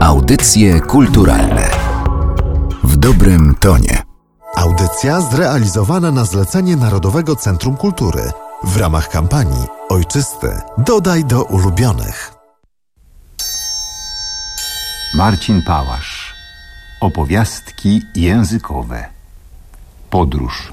Audycje kulturalne w dobrym tonie. Audycja zrealizowana na zlecenie Narodowego Centrum Kultury w ramach kampanii Ojczysty dodaj do ulubionych. Marcin Pałasz. Opowiastki językowe. Podróż.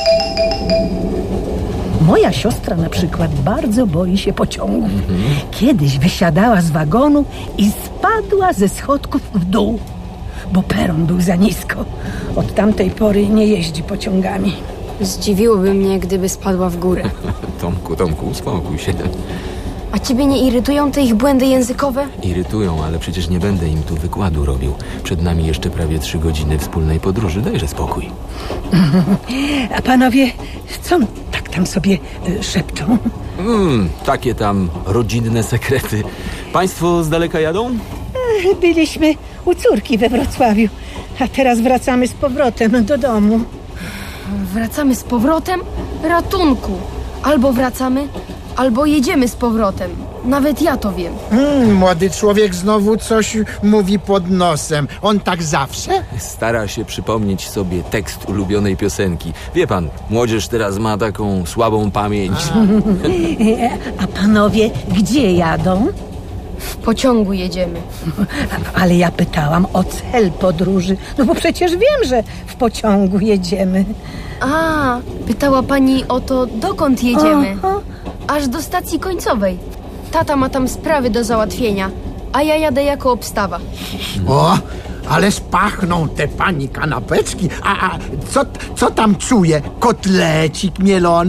Moja siostra na przykład bardzo boi się pociągów. Kiedyś wysiadała z wagonu i spadła ze schodków w dół, bo peron był za nisko. Od tamtej pory nie jeździ pociągami. Zdziwiłoby mnie, gdyby spadła w górę. Tomku, uspokój się. A ciebie nie irytują te ich błędy językowe? Irytują, ale przecież nie będę im tu wykładu robił. Przed nami jeszcze prawie 3 godziny wspólnej podróży. Dajże spokój. A panowie, co tak tam sobie szepczą? Takie tam rodzinne sekrety. Państwo z daleka jadą? Byliśmy u córki we Wrocławiu, a teraz wracamy z powrotem do domu. Wracamy z powrotem? Ratunku! Albo wracamy, albo jedziemy z powrotem. Nawet ja to wiem. Młody człowiek znowu coś mówi pod nosem. On tak zawsze? Stara się przypomnieć sobie tekst ulubionej piosenki. Wie pan, młodzież teraz ma taką słabą pamięć. A panowie gdzie jadą? W pociągu jedziemy. Ale ja pytałam o cel podróży. No bo przecież wiem, że w pociągu jedziemy. A, pytała pani o to, dokąd jedziemy. Aha. Aż do stacji końcowej. Tata ma tam sprawy do załatwienia, a ja jadę jako obstawa. O, ależ pachną te pani kanapeczki. A co tam czuje? Kotlecik mielony?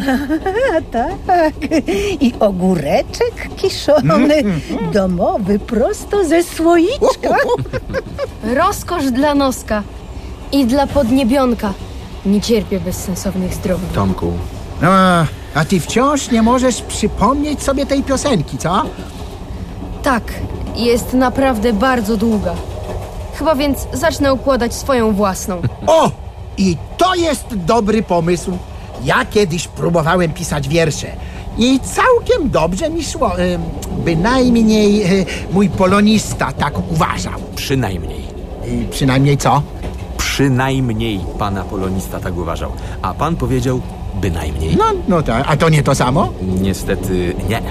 Tak. I ogóreczek kiszony, domowy, prosto ze słoiczka. Rozkosz dla noska i dla podniebionka. Nie cierpię bezsensownych zdrownych. Tomku, A ty wciąż nie możesz przypomnieć sobie tej piosenki, co? Tak, jest naprawdę bardzo długa. Chyba więc zacznę układać swoją własną. O! I to jest dobry pomysł. Ja kiedyś próbowałem pisać wiersze i całkiem dobrze mi szło. Bynajmniej mój polonista tak uważał. przynajmniej. Przynajmniej co? Przynajmniej pana polonista tak uważał. A pan powiedział bynajmniej. No tak. A to nie to samo? Niestety nie.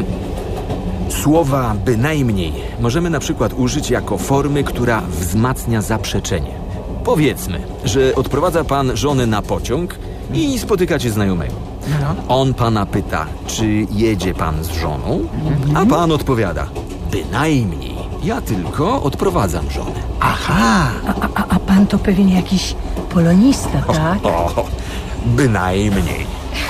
Słowa bynajmniej możemy na przykład użyć jako formy, która wzmacnia zaprzeczenie. Powiedzmy, że odprowadza pan żonę na pociąg i spotykacie znajomego. On pana pyta, czy jedzie pan z żoną, a pan odpowiada, bynajmniej, ja tylko odprowadzam żonę. Aha! A pan to pewnie jakiś polonista, tak? O, bynajmniej.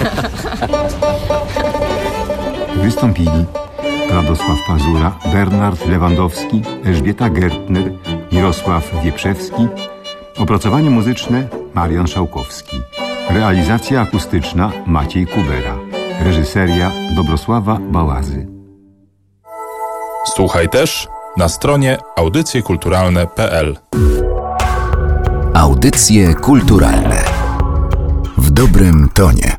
Wystąpili Radosław Pazura, Bernard Lewandowski, Elżbieta Gertner, Mirosław Wieprzewski. Opracowanie muzyczne Marian Szałkowski. Realizacja akustyczna Maciej Kubera. Reżyseria Dobrosława Bałazy. Słuchaj też na stronie audycjekulturalne.pl. Audycje kulturalne w dobrym tonie.